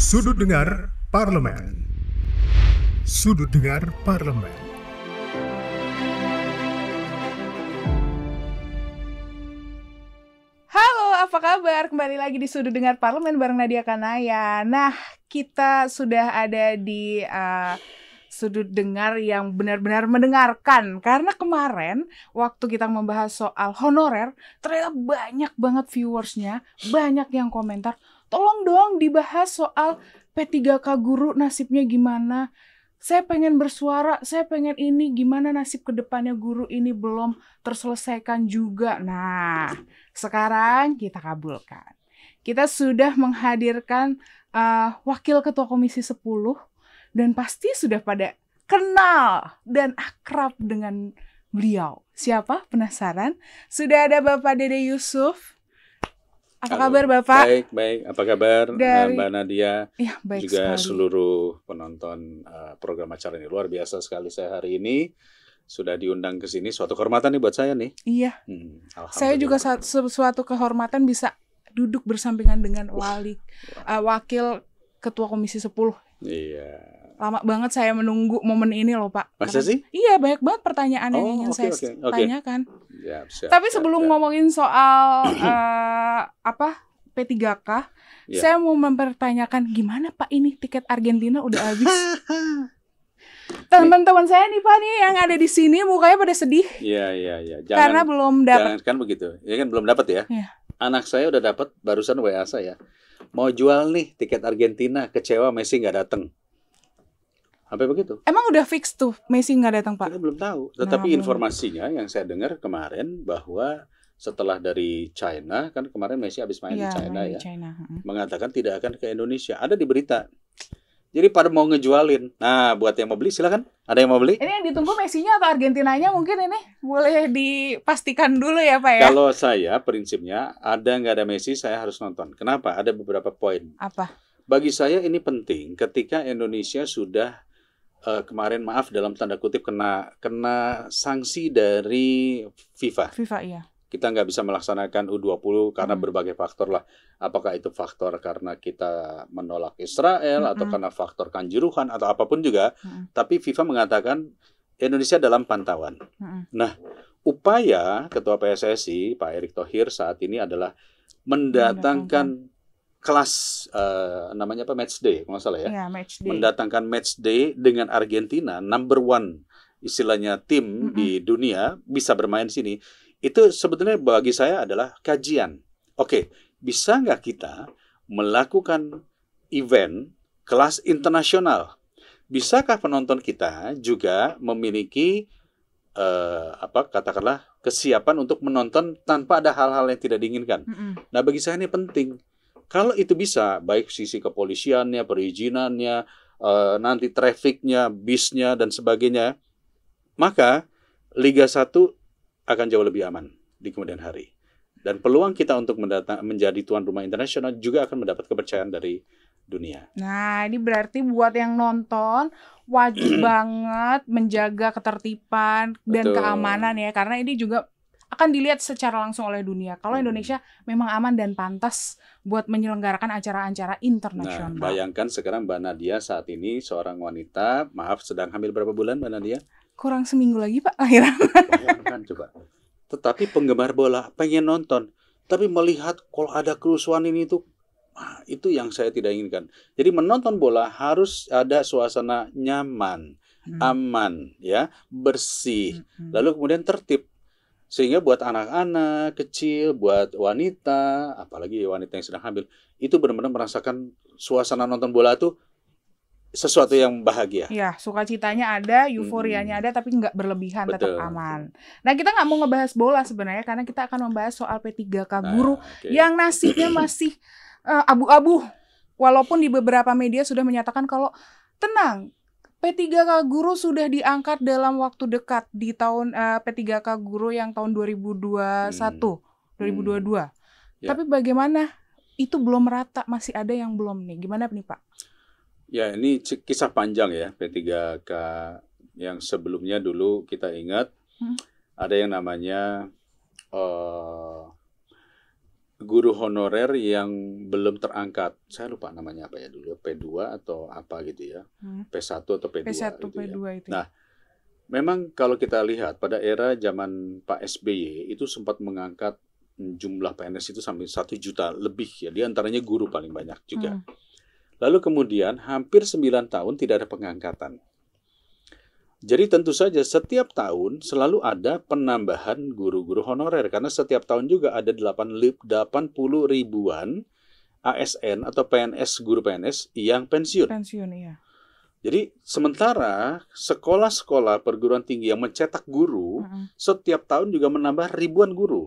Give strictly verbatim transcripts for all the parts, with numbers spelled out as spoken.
Sudut Dengar Parlemen. Sudut Dengar Parlemen. Halo, apa kabar? Kembali lagi di Sudut Dengar Parlemen bareng Nadia Kanaya. Nah, kita sudah ada di uh, Sudut Dengar yang benar-benar mendengarkan. Karena kemarin waktu kita membahas soal honorer, ternyata banyak banget viewersnya, banyak yang komentar, tolong dong dibahas soal P tiga K guru nasibnya gimana. Saya pengen bersuara, saya pengen ini, gimana nasib kedepannya guru ini belum terselesaikan juga. Nah, sekarang kita kabulkan. Kita sudah menghadirkan uh, Wakil Ketua Komisi sepuluh dan pasti sudah pada kenal dan akrab dengan beliau. Siapa? Penasaran? Sudah ada Bapak Dede Yusuf. Apa Halo. kabar Bapak? Baik, baik. Apa kabar Dari... Mbak Nadia? Ya, baik juga sekali. Seluruh penonton uh, program acara ini. Luar biasa sekali saya hari ini sudah diundang ke sini. Suatu kehormatan nih buat saya nih. Iya. Hmm, Saya juga saat, suatu kehormatan bisa duduk bersampingan dengan wali uh, Wakil Ketua Komisi sepuluh. Iya. Lama banget saya menunggu momen ini loh Pak. Masa Karena, sih? Iya, banyak banget pertanyaan yang Oh, ingin oke, saya oke, oke. tanyakan. Siap, siap, Tapi siap, sebelum siap. ngomongin soal uh, apa P tiga K, Iya. saya mau mempertanyakan gimana Pak ini tiket Argentina udah habis. Teman-teman saya nih Pak nih yang ada di sini mukanya pada sedih Iya, iya, iya. karena Jangan, belum dapat. jangan kan begitu. Ya kan belum dapat ya? Iya. Anak saya udah dapat barusan W A saya. Mau jual nih tiket Argentina, kecewa Messi nggak datang. Sampai begitu. Emang udah fix tuh Messi nggak datang Pak? Kita belum tahu. Tetapi Nah, informasinya yang saya dengar kemarin bahwa setelah dari China, kan kemarin Messi habis main Iya, di China main di ya, China. Mm. mengatakan tidak akan ke Indonesia. Ada di berita. Jadi pada mau ngejualin. Nah, buat yang mau beli silakan. Ada yang mau beli? Ini yang ditunggu Messi-nya atau Argentinanya mungkin ini boleh dipastikan dulu ya Pak ya? Kalau saya prinsipnya ada nggak ada Messi saya harus nonton. Kenapa? Ada beberapa poin. Apa? Bagi saya ini penting ketika Indonesia sudah uh, kemarin maaf dalam tanda kutip kena kena sanksi dari FIFA. FIFA iya. Kita nggak bisa melaksanakan U dua puluh karena Hmm. berbagai faktor lah. Apakah itu faktor karena kita menolak Israel, Mm-mm. atau karena faktor kanjuruhan, atau apapun juga. Mm-mm. Tapi FIFA mengatakan Indonesia dalam pantauan. Mm-mm. Nah, upaya Ketua P S S I, Pak Erick Thohir saat ini adalah mendatangkan kelas, uh, namanya apa, match day, kalau nggak salah ya. Iya, match day. Mendatangkan match day dengan Argentina, number one istilahnya tim Mm-mm. di dunia, bisa bermain di sini. Itu sebetulnya bagi saya adalah kajian. Oke, bisa nggak kita melakukan event kelas internasional? Bisakah penonton kita juga memiliki eh, apa katakanlah kesiapan untuk menonton tanpa ada hal-hal yang tidak diinginkan? Mm-mm. Nah, bagi saya ini penting. Kalau itu bisa, baik sisi kepolisiannya, perizinannya, eh, nanti trafficnya, bisnya, dan sebagainya, maka Liga satu akan jauh lebih aman di kemudian hari. Dan peluang kita untuk mendatang, menjadi tuan rumah internasional juga akan mendapat kepercayaan dari dunia. Nah, ini berarti buat yang nonton wajib banget menjaga ketertiban dan Betul. keamanan ya, karena ini juga akan dilihat secara langsung oleh dunia. Kalau Hmm. Indonesia memang aman dan pantas buat menyelenggarakan acara-acara Nah, internasional. bayangkan sekarang Mbak Nadia saat ini seorang wanita, maaf, sedang hamil berapa bulan Mbak Nadia? Kurang seminggu lagi Pak lahiran. Bayangkan coba. Tetapi penggemar bola pengen nonton, tapi melihat kalau ada kerusuhan ini tuh, ah, itu yang saya tidak inginkan. Jadi menonton bola harus ada suasana nyaman, Hmm. aman, ya, bersih, Hmm. lalu kemudian tertib. Sehingga buat anak-anak kecil, buat wanita, apalagi wanita yang sedang hamil, itu benar-benar merasakan suasana nonton bola tuh sesuatu yang bahagia. Ya, sukacitanya ada, euforianya Hmm. ada, tapi nggak berlebihan, tetap Betul. aman. Nah, kita nggak mau ngebahas bola sebenarnya, karena kita akan membahas soal P tiga K Nah, guru oke. yang nasibnya masih eh, abu-abu. Walaupun di beberapa media sudah menyatakan kalau tenang, P tiga K guru sudah diangkat dalam waktu dekat di tahun eh, P tiga K guru yang tahun dua ribu dua puluh satu, dua ribu dua puluh dua. Ya. Tapi bagaimana? Itu belum merata, masih ada yang belum nih. Gimana nih, Pak? Ya, ini c- kisah panjang ya, P tiga K yang sebelumnya dulu kita ingat, Hmm. ada yang namanya eh, guru honorer yang belum terangkat. Saya lupa namanya apa ya dulu, P dua atau apa gitu ya. Hmm. P satu atau P dua P satu, gitu P dua ya. itu. Nah, memang kalau kita lihat pada era zaman Pak S B Y itu sempat mengangkat jumlah P N S itu sampai satu juta lebih ya. Di antaranya guru paling banyak juga. Hmm. Lalu kemudian hampir sembilan tahun tidak ada pengangkatan. Jadi tentu saja setiap tahun selalu ada penambahan guru-guru honorer karena setiap tahun juga ada delapan puluh ribuan A S N atau P N S, guru P N S yang pensiun. Pensiun, iya. Jadi sementara sekolah-sekolah perguruan tinggi yang mencetak guru Mm-mm. setiap tahun juga menambah ribuan guru.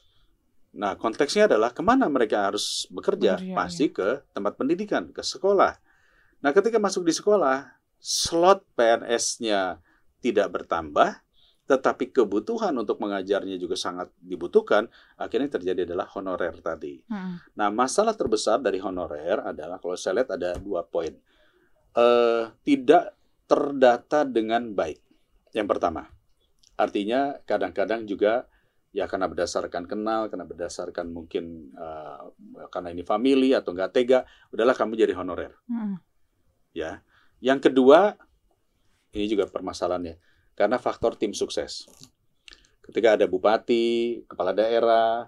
Nah, konteksnya adalah kemana mereka harus bekerja? Bekerja, Pasti ke tempat pendidikan, ke sekolah. Nah, ketika masuk di sekolah, slot P N S-nya tidak bertambah, tetapi kebutuhan untuk mengajarnya juga sangat dibutuhkan, akhirnya terjadi adalah honorer tadi. Mm-mm. Nah, masalah terbesar dari honorer adalah, kalau saya lihat ada dua poin. Uh, tidak terdata dengan baik. Yang pertama, artinya kadang-kadang juga ya karena berdasarkan kenal, karena berdasarkan mungkin uh, karena ini family atau nggak tega, udahlah kamu jadi honorer. Mm-mm. Ya. Yang kedua, ini juga permasalahannya, karena faktor tim sukses. Ketika ada bupati, kepala daerah,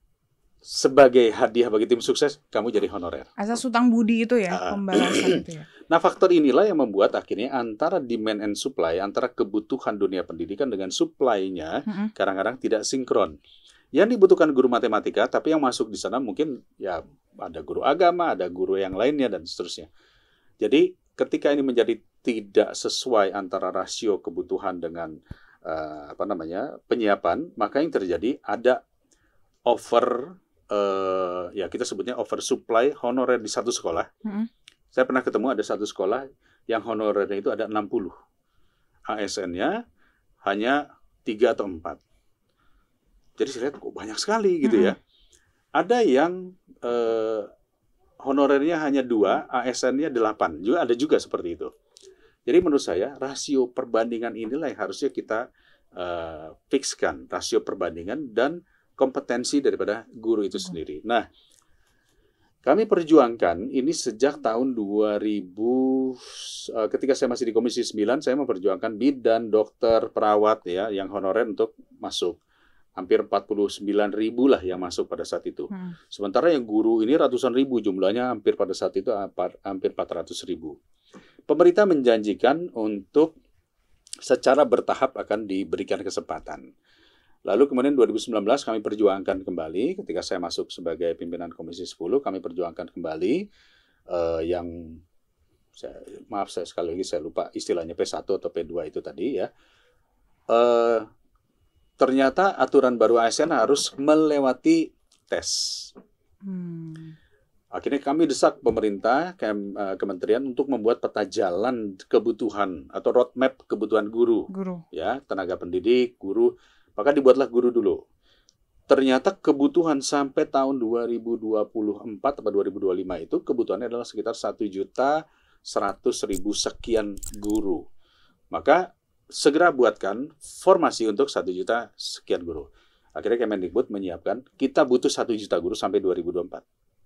sebagai hadiah bagi tim sukses, kamu jadi honorer. Asas hutang budi itu ya, Ah. pembalasan itu ya. Nah, faktor inilah yang membuat akhirnya antara demand and supply, antara kebutuhan dunia pendidikan dengan supply-nya Mm-mm. kadang-kadang tidak sinkron. Yang dibutuhkan guru matematika, tapi yang masuk di sana mungkin ya ada guru agama, ada guru yang lainnya, dan seterusnya. Jadi, ketika ini menjadi tidak sesuai antara rasio kebutuhan dengan uh, apa namanya penyiapan, maka yang terjadi ada over, uh, ya kita sebutnya oversupply honorer di satu sekolah. Mm-mm. Saya pernah ketemu ada satu sekolah yang honorernya itu ada enam puluh. A S N-nya hanya tiga atau empat. Jadi saya lihat kok banyak sekali gitu ya. Ada yang eh, honorernya hanya dua, A S N-nya delapan. Juga ada juga seperti itu. Jadi menurut saya rasio perbandingan inilah yang harusnya kita eh, fixkan. Rasio perbandingan dan kompetensi daripada guru itu sendiri. Nah, kami perjuangkan ini sejak tahun dua ribu, uh, ketika saya masih di Komisi sembilan, saya memperjuangkan bidan, dokter, perawat ya yang honorer untuk masuk. Hampir empat puluh sembilan ribu lah yang masuk pada saat itu. Hmm. Sementara yang guru ini ratusan ribu, jumlahnya hampir pada saat itu hampir empat ratus ribu. Pemerintah menjanjikan untuk secara bertahap akan diberikan kesempatan. Lalu kemudian dua ribu sembilan belas kami perjuangkan kembali, ketika saya masuk sebagai pimpinan Komisi sepuluh, kami perjuangkan kembali uh, yang, saya, maaf saya sekali lagi saya lupa istilahnya P satu atau P dua itu tadi ya. Uh, ternyata aturan baru A S N harus melewati tes. Hmm. Akhirnya kami desak pemerintah, kem, uh, kementerian untuk membuat peta jalan kebutuhan atau roadmap kebutuhan guru, Guru. ya tenaga pendidik, guru. Maka dibuatlah guru dulu. Ternyata kebutuhan sampai tahun dua ribu dua puluh empat atau dua ribu dua puluh lima itu kebutuhannya adalah sekitar satu juta seratus ribu sekian guru. Maka segera buatkan formasi untuk satu juta sekian guru. Akhirnya Kemendikbud menyiapkan kita butuh satu juta guru sampai dua ribu dua puluh empat.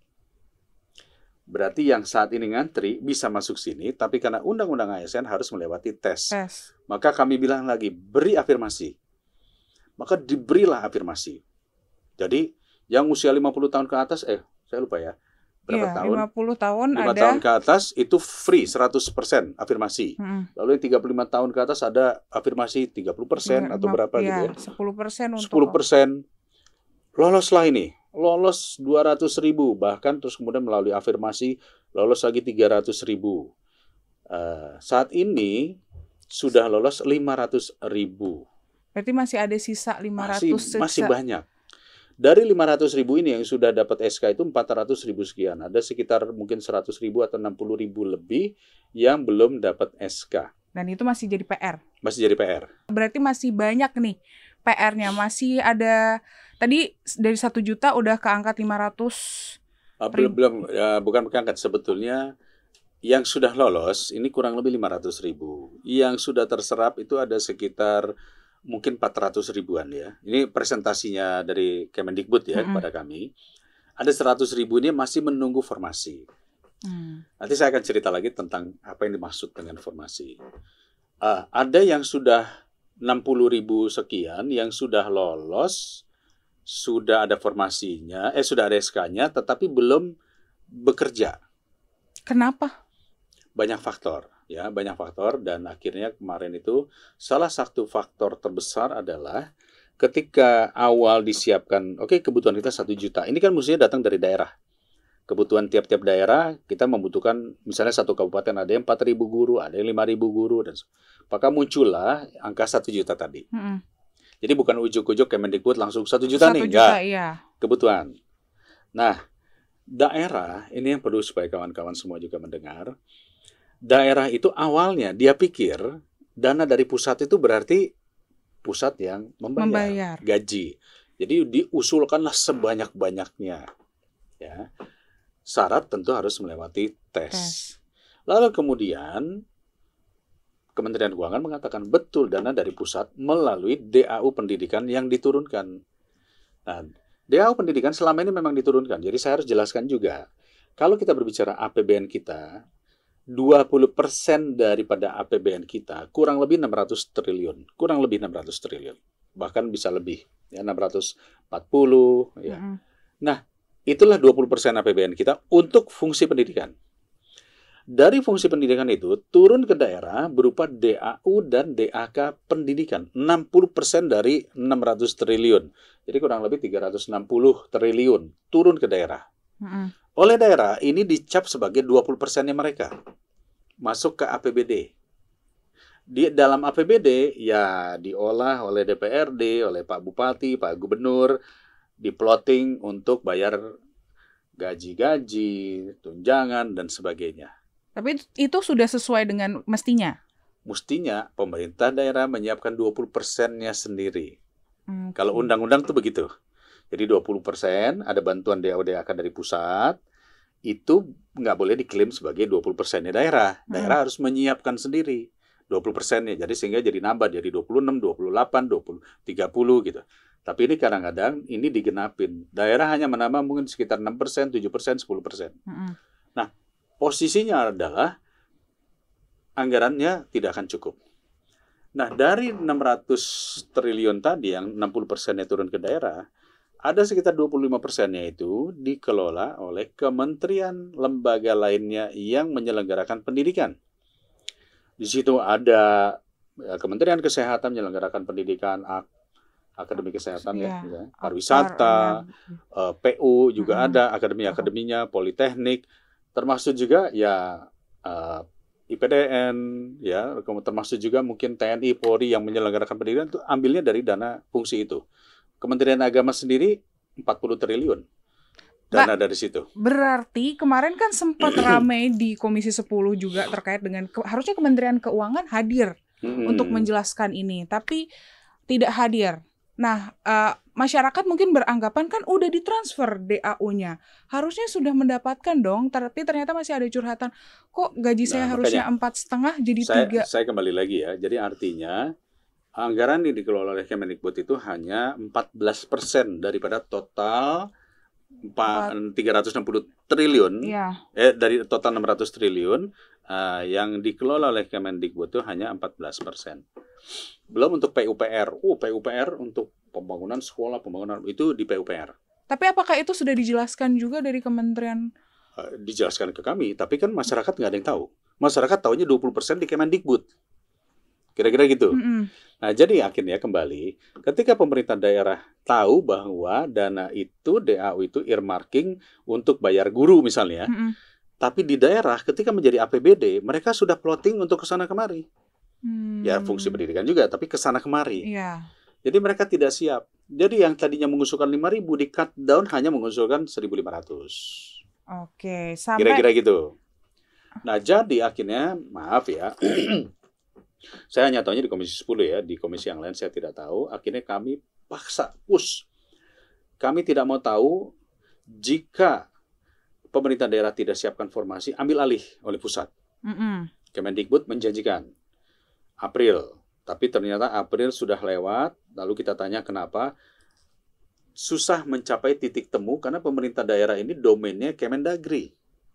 Berarti yang saat ini ngantri bisa masuk sini, tapi karena Undang-Undang A S N harus melewati tes. Tes. Maka kami bilang lagi, beri afirmasi. Maka diberilah afirmasi. Jadi yang usia lima puluh tahun ke atas, eh saya lupa ya, berapa Iya, tahun? lima puluh tahun lima ada. tahun ke atas itu free seratus persen afirmasi. Hmm. Lalu yang tiga puluh lima tahun ke atas ada afirmasi tiga puluh persen atau berapa ya, gitu ya. sepuluh persen untuk sepuluh persen. Loloslah ini. Lolos dua ratus ribu. Bahkan terus kemudian melalui afirmasi lolos lagi tiga ratus ribu. Uh, saat ini sudah lolos lima ratus ribu. Berarti masih ada sisa lima Masih, ratus masih sisa. banyak. Dari lima ratus ribu ini yang sudah dapat S K itu empat ratus ribu sekian. Ada sekitar mungkin seratus ribu atau enam puluh ribu lebih yang belum dapat S K. Dan itu masih jadi P R. Masih jadi P R. Berarti masih banyak nih P R-nya. Masih ada, tadi dari satu juta udah keangkat lima ratus. Uh, belum, belum ya, bukan keangkat. Sebetulnya yang sudah lolos ini kurang lebih lima ratus ribu. Yang sudah terserap itu ada sekitar mungkin empat ratus ribuan ya. Ini presentasinya dari Kemendikbud ya, mm-hmm, kepada kami. Ada seratus ribu ini masih menunggu formasi. Hmm. Nanti saya akan cerita lagi tentang apa yang dimaksud dengan formasi. Uh, ada yang sudah enam puluh ribu sekian, yang sudah lolos, sudah ada formasinya, eh sudah ada S K-nya, tetapi belum bekerja. Kenapa? Banyak faktor, ya, banyak faktor, dan akhirnya kemarin itu salah satu faktor terbesar adalah ketika awal disiapkan, oke okay, kebutuhan kita satu juta, ini kan mestinya datang dari daerah. Kebutuhan tiap-tiap daerah, kita membutuhkan, misalnya satu kabupaten ada yang empat ribu guru, ada yang lima ribu guru, dan maka muncullah angka satu juta tadi. Mm-hmm. Jadi bukan ujuk-ujuk Kemendikbud langsung satu juta nih, enggak. Iya. Kebutuhan. Nah, daerah, ini yang perlu supaya kawan-kawan semua juga mendengar, daerah itu awalnya dia pikir dana dari pusat itu berarti pusat yang membayar, membayar. gaji. Jadi diusulkanlah sebanyak-banyaknya. Ya. Syarat tentu harus melewati tes. tes. Lalu kemudian Kementerian Keuangan mengatakan betul dana dari pusat melalui D A U pendidikan yang diturunkan. Nah, D A U pendidikan selama ini memang diturunkan. Jadi saya harus jelaskan juga. Kalau kita berbicara A P B N kita, dua puluh persen daripada A P B N kita kurang lebih enam ratus triliun. Kurang lebih enam ratus triliun. Bahkan bisa lebih. Ya, enam ratus empat puluh. Ya. Mm-hmm. Nah, itulah dua puluh persen A P B N kita untuk fungsi pendidikan. Dari fungsi pendidikan itu turun ke daerah berupa D A U dan D A K pendidikan. enam puluh persen dari enam ratus triliun. Jadi kurang lebih tiga ratus enam puluh triliun turun ke daerah. Mm-hmm. Oleh daerah ini dicap sebagai dua puluh persennya mereka. Masuk ke A P B D. Di dalam A P B D ya diolah oleh D P R D, oleh Pak Bupati, Pak Gubernur, diplotting untuk bayar gaji-gaji, tunjangan, dan sebagainya. Tapi itu sudah sesuai dengan mestinya? Mestinya pemerintah daerah menyiapkan dua puluh persennya sendiri. Okay. Kalau undang-undang itu begitu. Jadi dua puluh persen ada bantuan D A U D A K dari pusat, itu nggak boleh diklaim sebagai dua puluh persennya daerah. Daerah hmm. harus menyiapkan sendiri dua puluh persennya. Jadi sehingga jadi nambah jadi dua puluh enam, dua puluh delapan, dua puluh, tiga puluh gitu. Tapi ini kadang-kadang ini digenapin. Daerah hanya menambah mungkin sekitar enam persen, tujuh persen, sepuluh persen. Mm-hmm. Nah, posisinya adalah anggarannya tidak akan cukup. Nah, dari enam ratus triliun tadi yang enam puluh persennya turun ke daerah, ada sekitar dua puluh lima persennya itu dikelola oleh kementerian lembaga lainnya yang menyelenggarakan pendidikan. Di situ ada ya, Kementerian Kesehatan menyelenggarakan pendidikan, Akademi Kesehatan ya, ya pariwisata, uh, P U juga hmm. ada, akademi-akademinya, politeknik, termasuk juga ya uh, I P D N, ya, termasuk juga mungkin T N I, Polri yang menyelenggarakan pendidikan itu ambilnya dari dana fungsi itu. Kementerian Agama sendiri empat puluh triliun dana ba- dari situ. Berarti kemarin kan sempat ramai di Komisi sepuluh juga terkait dengan ke- harusnya Kementerian Keuangan hadir hmm. untuk menjelaskan ini, tapi tidak hadir. Nah, uh, masyarakat mungkin beranggapan kan udah ditransfer D A U-nya. Harusnya sudah mendapatkan dong, tapi ternyata masih ada curhatan. Kok gaji saya nah, harusnya empat setengah jadi saya, tiga? Saya kembali lagi ya. Jadi artinya anggaran yang dikelola oleh Kemendikbud itu hanya empat belas persen daripada total tiga ratus enam puluh triliun. Ya. Eh dari total enam ratus triliun uh, yang dikelola oleh Kemendikbud itu hanya empat belas persen. Belum untuk P U P R. Oh, P U P R untuk pembangunan sekolah, pembangunan itu di P U P R. Tapi apakah itu sudah dijelaskan juga dari kementerian? Uh, dijelaskan ke kami, tapi kan masyarakat nggak ada yang tahu. Masyarakat tahunya dua puluh persen di Kemendikbud. Kira-kira gitu. Mm-hmm. Nah, jadi akhirnya kembali, ketika pemerintah daerah tahu bahwa dana itu, D A U itu earmarking untuk bayar guru misalnya, mm-hmm. tapi di daerah ketika menjadi A P B D, mereka sudah plotting untuk kesana kemari. Hmm. Ya fungsi pendidikan juga, tapi kesana kemari. Yeah. Jadi mereka tidak siap. Jadi yang tadinya mengusulkan lima ribu di cut down hanya mengusulkan seribu lima ratus. Oke, sampai kira-kira gitu. Nah, jadi akhirnya maaf ya. Saya hanya tahunya di Komisi sepuluh ya, di komisi yang lain saya tidak tahu. Akhirnya kami paksa push. Kami tidak mau tahu jika pemerintah daerah tidak siapkan formasi, ambil alih oleh pusat. Mm-mm. Kemendikbud menjanjikan April, tapi ternyata April sudah lewat. Lalu kita tanya kenapa susah mencapai titik temu karena pemerintah daerah ini domainnya Kemendagri,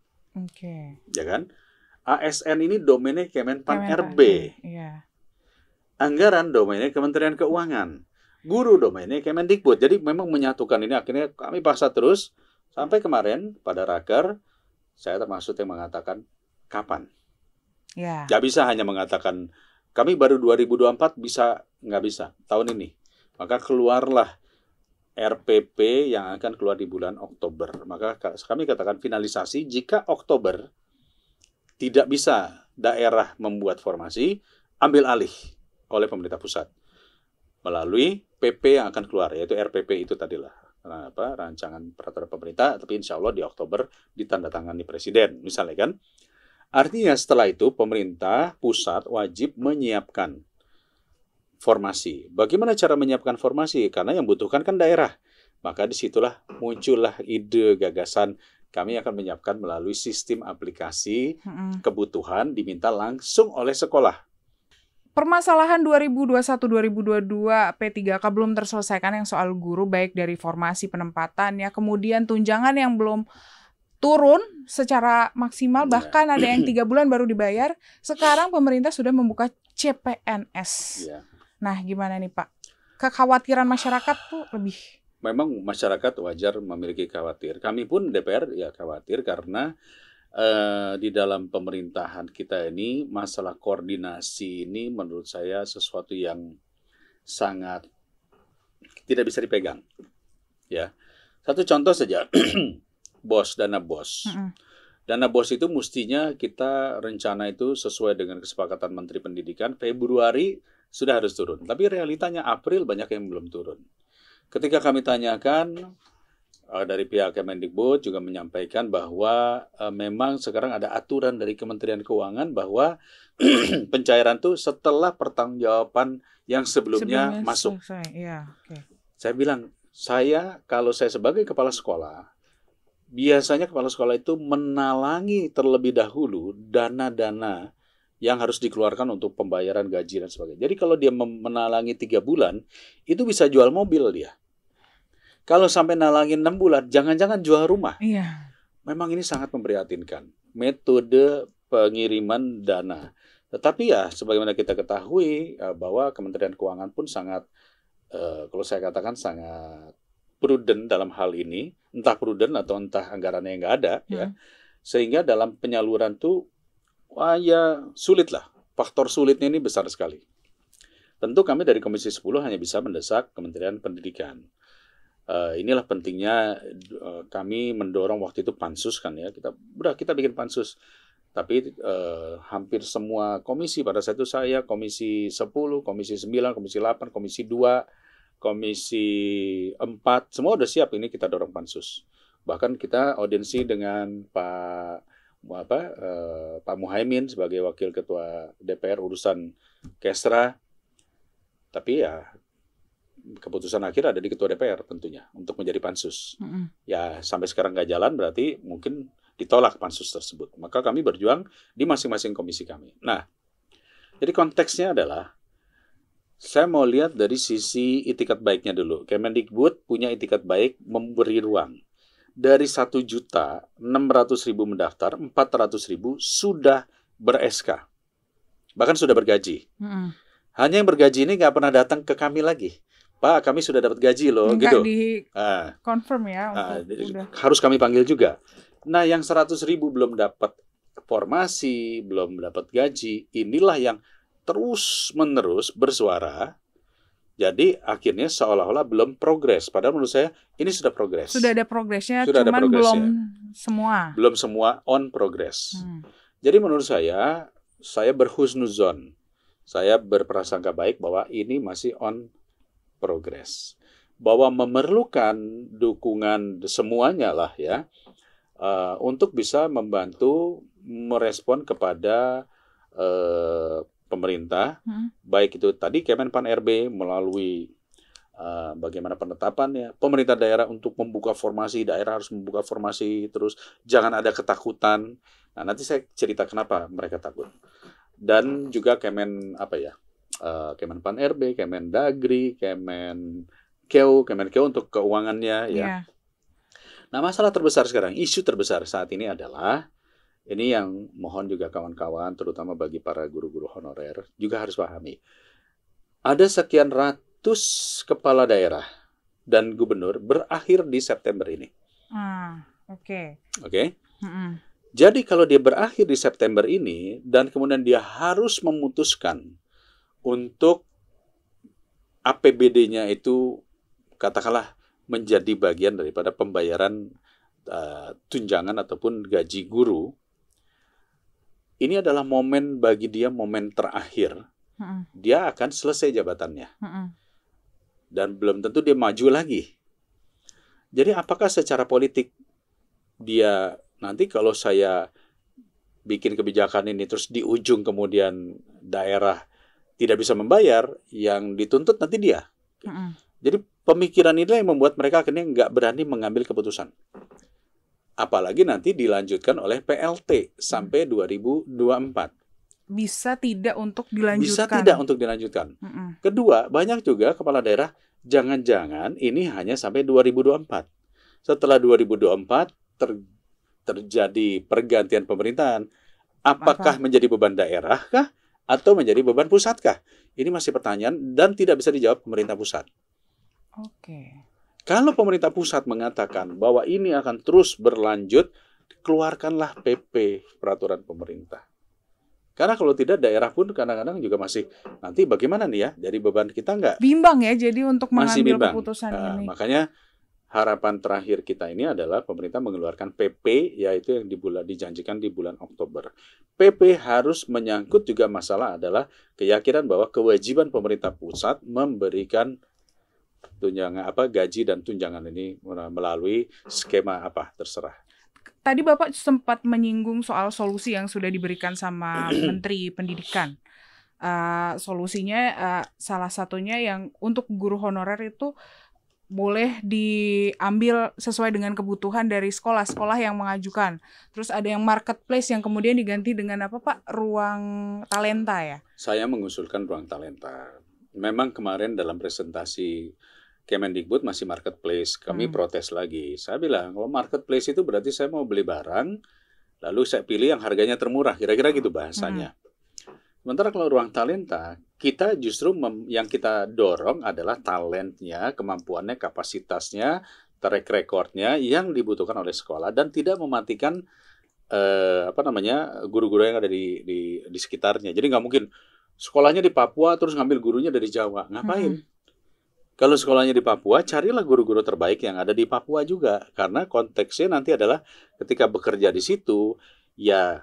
Oke. ya kan? A S N ini domainnya Kemenpan R B. Iya. Anggaran domainnya Kementerian Keuangan. Guru domainnya Kemendikbud. Jadi memang menyatukan ini akhirnya kami paksa terus sampai kemarin pada raker saya termasuk yang mengatakan kapan. Ya. Gak bisa hanya mengatakan kami baru dua ribu dua puluh empat bisa, nggak bisa tahun ini. Maka keluarlah R P P yang akan keluar di bulan Oktober. Maka kami katakan finalisasi jika Oktober tidak bisa daerah membuat formasi, ambil alih oleh pemerintah pusat melalui P P yang akan keluar, yaitu R P P itu tadilah apa, rancangan peraturan pemerintah, tapi insya Allah di Oktober ditandatangani presiden, misalnya kan. Artinya setelah itu pemerintah pusat wajib menyiapkan formasi. Bagaimana cara menyiapkan formasi? Karena yang butuhkan kan daerah. Maka disitulah muncullah ide gagasan kami akan menyiapkan melalui sistem aplikasi Mm-mm. kebutuhan diminta langsung oleh sekolah. Permasalahan dua ribu dua puluh satu dua ribu dua puluh dua P tiga K belum terselesaikan yang soal guru, baik dari formasi penempatan ya, kemudian tunjangan yang belum turun secara maksimal, bahkan ada yang tiga bulan baru dibayar. Sekarang pemerintah sudah membuka C P N S. Ya. Nah, gimana nih Pak? Kekhawatiran masyarakat tuh lebih. Memang masyarakat wajar memiliki khawatir. Kami pun D P R ya khawatir karena eh, di dalam pemerintahan kita ini masalah koordinasi ini menurut saya sesuatu yang sangat tidak bisa dipegang. Ya, satu contoh saja, bos, dana bos. Mm-mm. Dana bos itu mestinya kita rencana itu sesuai dengan kesepakatan Menteri Pendidikan Februari sudah harus turun. Tapi realitanya April banyak yang belum turun. Ketika kami tanyakan uh, dari pihak Kemendikbud juga menyampaikan bahwa uh, memang sekarang ada aturan dari Kementerian Keuangan bahwa pencairan itu setelah pertanggungjawaban yang sebelumnya, sebelumnya masuk. Ya, okay. Saya bilang, saya kalau saya sebagai kepala sekolah, biasanya kepala sekolah itu menalangi terlebih dahulu dana-dana yang harus dikeluarkan untuk pembayaran gaji dan sebagainya. Jadi kalau dia menalangi tiga bulan, itu bisa jual mobil dia. Kalau sampai nalangin enam bulan, jangan-jangan jual rumah. Iya. Memang ini sangat memprihatinkan. Metode pengiriman dana. Tetapi ya, sebagaimana kita ketahui, bahwa Kementerian Keuangan pun sangat, kalau saya katakan sangat prudent dalam hal ini. Entah prudent atau entah anggarannya yang nggak ada. Hmm. Ya. Sehingga dalam penyaluran itu, wah ya sulit lah. Faktor sulitnya ini besar sekali. Tentu kami dari Komisi sepuluh hanya bisa mendesak Kementerian Pendidikan. Uh, inilah pentingnya uh, kami mendorong waktu itu pansus kan ya. Kita udah kita bikin pansus. Tapi uh, hampir semua komisi pada saat itu saya, Komisi sepuluh, Komisi sembilan, Komisi delapan, Komisi dua, Komisi empat, semua udah siap ini kita dorong pansus. Bahkan kita audiensi dengan Pak apa uh, Pak Muhaimin sebagai wakil ketua D P R urusan Kesra, tapi ya keputusan akhir ada di ketua D P R tentunya untuk menjadi pansus. Mm-hmm. Ya sampai sekarang nggak jalan berarti mungkin ditolak pansus tersebut. Maka kami berjuang di masing-masing komisi kami. Nah, jadi konteksnya adalah saya mau lihat dari sisi itikat baiknya dulu. Kemendikbud punya itikat baik memberi ruang. Dari satu juta enam ratus ribu mendaftar, empat ratus ribu sudah ber-S K. Bahkan sudah bergaji. Mm-hmm. Hanya yang bergaji ini nggak pernah datang ke kami lagi. Pak, kami sudah dapat gaji loh. Enggak gitu. Di ah, confirm ya. Ah, untuk harus kami panggil juga. Nah, yang seratus ribu belum dapat formasi, belum dapat gaji, inilah yang terus-menerus bersuara. Jadi akhirnya seolah-olah belum progres. Padahal menurut saya ini sudah progres. Sudah ada progresnya, sudah cuman ada progresnya. belum semua. Belum semua on progress. Hmm. Jadi menurut saya, saya berhusnuzon. Saya berprasangka baik bahwa ini masih on progress. Bahwa memerlukan dukungan semuanya lah ya. Uh, untuk bisa membantu merespon kepada uh, pemerintah, hmm. baik itu tadi Kemenpan R B melalui uh, bagaimana penetapannya, pemerintah daerah untuk membuka formasi, daerah harus membuka formasi terus, jangan ada ketakutan. Nah nanti saya cerita kenapa mereka takut. Dan juga Kemen apa ya, uh, Kemenpan R B, Kemendagri, Kemen Kemenkeu, Kemenkeu untuk keuangannya ya. Iya. Nah, masalah terbesar sekarang, isu terbesar saat ini adalah ini yang mohon juga kawan-kawan, terutama bagi para guru-guru honorer juga harus pahami. Ada sekian ratus kepala daerah dan gubernur berakhir di September ini. Ah, oke. Oke. Mm-mm. Jadi kalau dia berakhir di September ini dan kemudian dia harus memutuskan untuk A P B D-nya itu katakanlah menjadi bagian daripada pembayaran uh, tunjangan ataupun gaji guru, ini adalah momen bagi dia, momen terakhir. Mm-mm. Dia akan selesai jabatannya. Mm-mm. Dan belum tentu dia maju lagi. Jadi apakah secara politik dia nanti kalau saya bikin kebijakan ini terus di ujung kemudian daerah tidak bisa membayar, yang dituntut nanti dia. Mm-mm. Jadi pemikiran inilah yang membuat mereka akhirnya nggak berani mengambil keputusan. Apalagi nanti dilanjutkan oleh P L T sampai dua ribu dua puluh empat. Bisa tidak untuk dilanjutkan? Bisa tidak untuk dilanjutkan. Mm-mm. Kedua, banyak juga kepala daerah, jangan-jangan ini hanya sampai dua ribu dua puluh empat. Setelah dua ribu dua puluh empat ter, terjadi pergantian pemerintahan. Apakah Apa? menjadi beban daerah kah? Atau menjadi beban pusat kah? Ini masih pertanyaan dan tidak bisa dijawab pemerintah pusat. Oke. Kalau pemerintah pusat mengatakan bahwa ini akan terus berlanjut, keluarkanlah P P, peraturan pemerintah. Karena kalau tidak, daerah pun kadang-kadang juga masih, nanti bagaimana nih ya, jadi beban kita nggak? Bimbang ya, jadi untuk Masih mengambil bimbang. keputusan Nah, ini. makanya harapan terakhir kita ini adalah pemerintah mengeluarkan P P, yaitu yang di bulan, dijanjikan di bulan Oktober. P P harus menyangkut juga masalah adalah keyakinan bahwa kewajiban pemerintah pusat memberikan tunjangan apa gaji dan tunjangan ini melalui skema apa terserah. Tadi Bapak sempat menyinggung soal solusi yang sudah diberikan sama Menteri Pendidikan. Uh, solusinya uh, salah satunya yang untuk guru honorer itu boleh diambil sesuai dengan kebutuhan dari sekolah-sekolah yang mengajukan. Terus ada yang marketplace yang kemudian diganti dengan apa Pak? Ruang talenta ya? Saya mengusulkan ruang talenta. Memang kemarin dalam presentasi Kemendikbud masih marketplace, kami hmm. protes lagi. Saya bilang, kalau marketplace itu berarti saya mau beli barang, lalu saya pilih yang harganya termurah, kira-kira gitu bahasanya. Hmm. Sementara kalau ruang talenta, kita justru mem- yang kita dorong adalah talentnya, kemampuannya, kapasitasnya, track recordnya yang dibutuhkan oleh sekolah dan tidak mematikan eh, apa namanya guru-guru yang ada di, di, di sekitarnya. Jadi nggak mungkin sekolahnya di Papua terus ngambil gurunya dari Jawa, ngapain? Hmm. Kalau sekolahnya di Papua, carilah guru-guru terbaik yang ada di Papua juga. Karena konteksnya nanti adalah ketika bekerja di situ, ya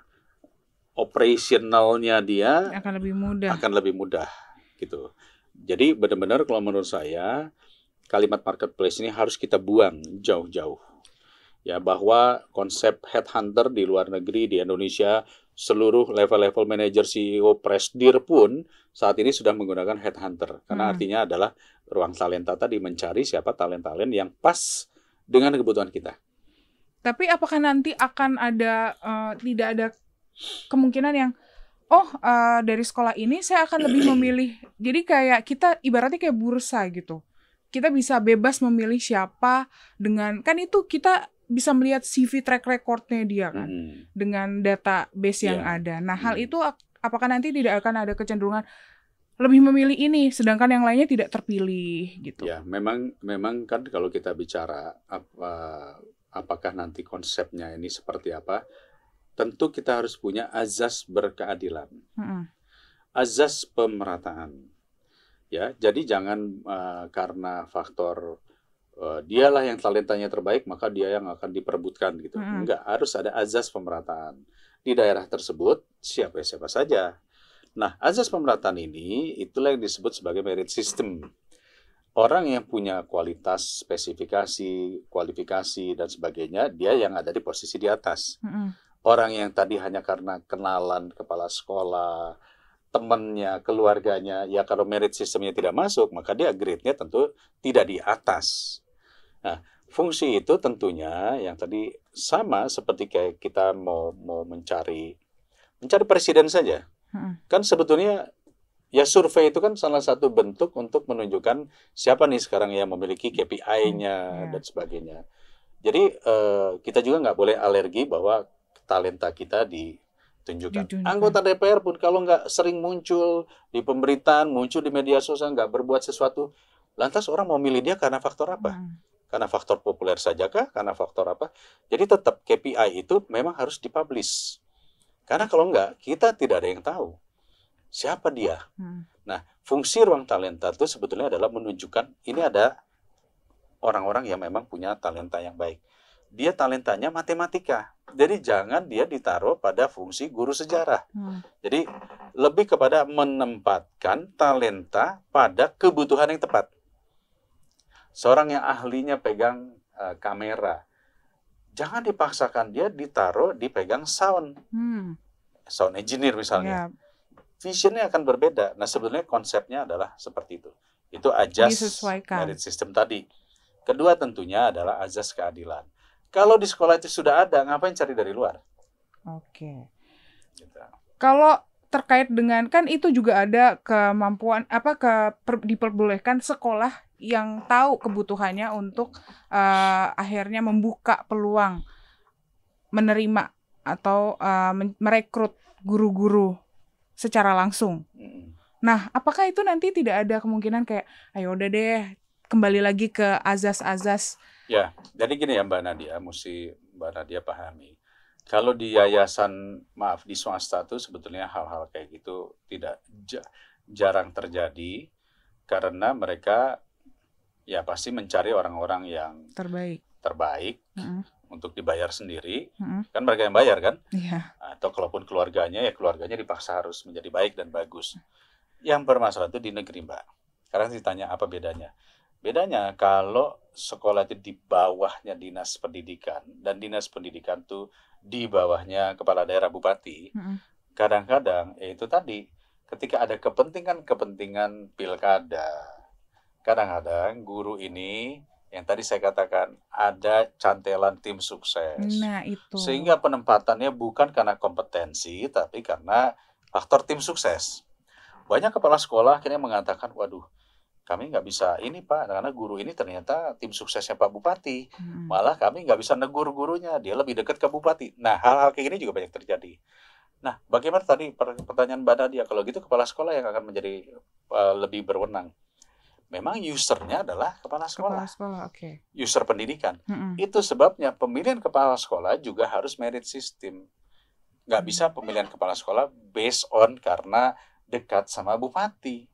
operasionalnya dia akan lebih mudah. Akan lebih mudah gitu. Jadi benar-benar kalau menurut saya, kalimat marketplace ini harus kita buang jauh-jauh. Ya, bahwa konsep headhunter di luar negeri, di Indonesia, seluruh level-level manajer, C E O, presdir pun saat ini sudah menggunakan headhunter. Karena hmm. artinya adalah ruang talenta tadi mencari siapa talent-talent yang pas dengan kebutuhan kita. Tapi apakah nanti akan ada, uh, tidak ada kemungkinan yang, oh uh, dari sekolah ini saya akan lebih memilih, jadi kayak kita ibaratnya kayak bursa gitu. Kita bisa bebas memilih siapa dengan, kan itu kita bisa melihat C V track record-nya dia kan, hmm. dengan database yang yeah. ada. Nah, hmm. hal itu apakah nanti tidak akan ada kecenderungan lebih memilih ini, sedangkan yang lainnya tidak terpilih gitu? Ya, memang memang kan kalau kita bicara apa, apakah nanti konsepnya ini seperti apa, tentu kita harus punya azas berkeadilan, hmm. azas pemerataan. Ya, jadi jangan uh, karena faktor Uh, dialah yang talentanya terbaik, maka dia yang akan diperebutkan gitu. Hmm. Enggak, harus ada azas pemerataan. Di daerah tersebut, siapa-siapa saja. Nah, azas pemerataan ini, itulah yang disebut sebagai merit system. Orang yang punya kualitas, spesifikasi, kualifikasi, dan sebagainya, dia yang ada di posisi di atas. Hmm. Orang yang tadi hanya karena kenalan kepala sekolah, temannya, keluarganya, ya kalau merit systemnya tidak masuk, maka dia grade-nya tentu tidak di atas. Nah, fungsi itu tentunya yang tadi sama seperti kayak kita mau mau mencari mencari presiden saja. Hmm. Kan sebetulnya Ya survei itu kan salah satu bentuk untuk menunjukkan siapa nih sekarang yang memiliki K P I-nya Hmm, ya. dan sebagainya. Jadi eh, kita juga nggak boleh alergi bahwa talenta kita ditunjukkan. Ditunjukkan. Anggota D P R pun kalau nggak sering muncul di pemberitaan, muncul di media sosial, nggak berbuat sesuatu, lantas orang mau milih dia karena faktor apa? Hmm. Karena faktor populer saja kah? Karena faktor apa? Jadi tetap K P I itu memang harus dipublish. Karena kalau nggak, kita tidak ada yang tahu siapa dia. Hmm. Nah, fungsi ruang talenta itu sebetulnya adalah menunjukkan ini ada orang-orang yang memang punya talenta yang baik. Dia talentanya matematika. Jadi jangan dia ditaruh pada fungsi guru sejarah. Hmm. Jadi lebih kepada menempatkan talenta pada kebutuhan yang tepat. Seorang yang ahlinya pegang uh, kamera, jangan dipaksakan dia ditaruh dipegang sound. Hmm. Sound engineer misalnya. Ya, Visionnya akan berbeda. Nah, sebenarnya konsepnya adalah seperti itu. Itu azas disesuaikan. merit system tadi. Kedua tentunya adalah azas keadilan. Kalau di sekolah itu sudah ada, ngapain cari dari luar? Oke. Gitu. Kalau terkait dengan, kan itu juga ada kemampuan apa ke per- diperbolehkan sekolah yang tahu kebutuhannya untuk uh, akhirnya membuka peluang menerima atau uh, men- merekrut guru-guru secara langsung. Mm. Nah, apakah itu nanti tidak ada kemungkinan kayak, ayo udah deh kembali lagi ke azas-azas? Ya, jadi gini ya Mbak Nadia, mesti Mbak Nadia pahami. Kalau di yayasan, maaf, di swasta itu sebetulnya hal-hal kayak gitu tidak ja- jarang terjadi karena mereka ya pasti mencari orang-orang yang Terbaik. terbaik Mm-mm. untuk dibayar sendiri. Mm-mm. Kan mereka yang bayar kan? Iya. Atau kalaupun keluarganya, ya keluarganya dipaksa harus menjadi baik dan bagus. Yang bermasalah itu di negeri, Mbak. Sekarang ditanya apa bedanya? Bedanya kalau sekolah itu di bawahnya dinas pendidikan, dan dinas pendidikan itu di bawahnya kepala daerah bupati, Mm-mm. kadang-kadang ya itu tadi, ketika ada kepentingan-kepentingan pilkada, kadang-kadang guru ini, yang tadi saya katakan, ada cantelan tim sukses. Nah, itu. Sehingga penempatannya bukan karena kompetensi, tapi karena faktor tim sukses. Banyak kepala sekolah akhirnya mengatakan, waduh, kami nggak bisa ini Pak, karena guru ini ternyata tim suksesnya Pak Bupati. Mm. Malah kami nggak bisa negur gurunya, dia lebih dekat ke Bupati. Nah, hal-hal kayak gini juga banyak terjadi. Nah, bagaimana tadi pertanyaan Mbak Nadia, kalau gitu kepala sekolah yang akan menjadi uh, lebih berwenang. Memang usernya adalah kepala sekolah, Kepala sekolah, oke. user pendidikan. Mm-mm. Itu sebabnya pemilihan kepala sekolah juga harus merit system. Nggak Hmm. bisa pemilihan kepala sekolah based on karena dekat sama bupati.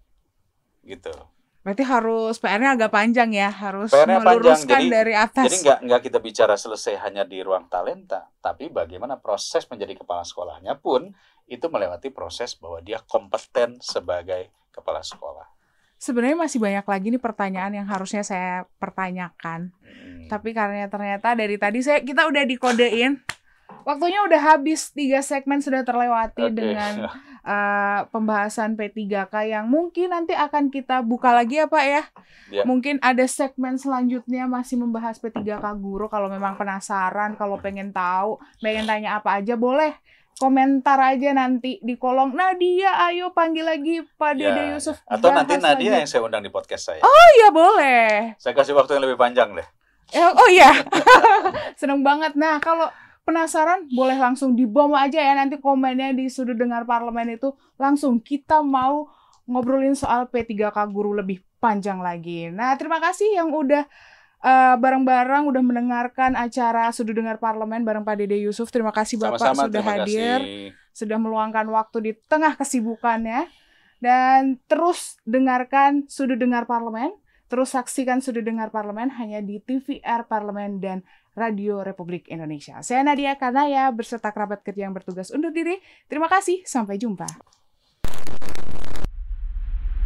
Gitu. Berarti harus P R-nya agak panjang ya, harus P R-nya panjang, meluruskan jadi- dari atas. Jadi nggak nggak kita bicara selesai hanya di ruang talenta, tapi bagaimana proses menjadi kepala sekolahnya pun itu melewati proses bahwa dia kompeten sebagai kepala sekolah. Sebenarnya masih banyak lagi nih pertanyaan yang harusnya saya pertanyakan. Hmm. Tapi karena ternyata dari tadi saya kita udah dikodein. Waktunya udah habis, tiga segmen sudah terlewati Oke. dengan uh, pembahasan P tiga K yang mungkin nanti akan kita buka lagi ya Pak ya. Ya. Mungkin ada segmen selanjutnya masih membahas P tiga K guru. Kalau memang penasaran, kalau pengen tahu, pengen tanya apa aja boleh komentar aja nanti di kolom. Nadia, ayo panggil lagi Pak Ya, Dede Yusuf. atau nanti bahas Nadia lagi. yang saya undang di podcast saya. Oh iya boleh. Saya kasih waktu yang lebih panjang deh. Eh, oh iya, seneng banget. Nah kalau penasaran boleh langsung dibom aja ya nanti komennya di Sudut Dengar Parlemen itu langsung kita mau ngobrolin soal P tiga K guru lebih panjang lagi. Nah terima kasih yang udah uh, bareng-bareng udah mendengarkan acara Sudut Dengar Parlemen bareng Pak Dede Yusuf. Terima kasih Bapak Sama-sama, sudah terima hadir, kasih. sudah meluangkan waktu di tengah kesibukannya. Dan terus dengarkan Sudut Dengar Parlemen. Terus saksikan Sudut Dengar Parlemen hanya di T V R Parlemen dan Radio Republik Indonesia. Saya Nadia Kanaya beserta kerabat kerja yang bertugas undur diri. Terima kasih, sampai jumpa.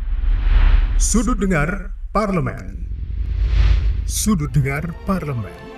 Sudut Dengar Parlemen. Sudut Dengar Parlemen.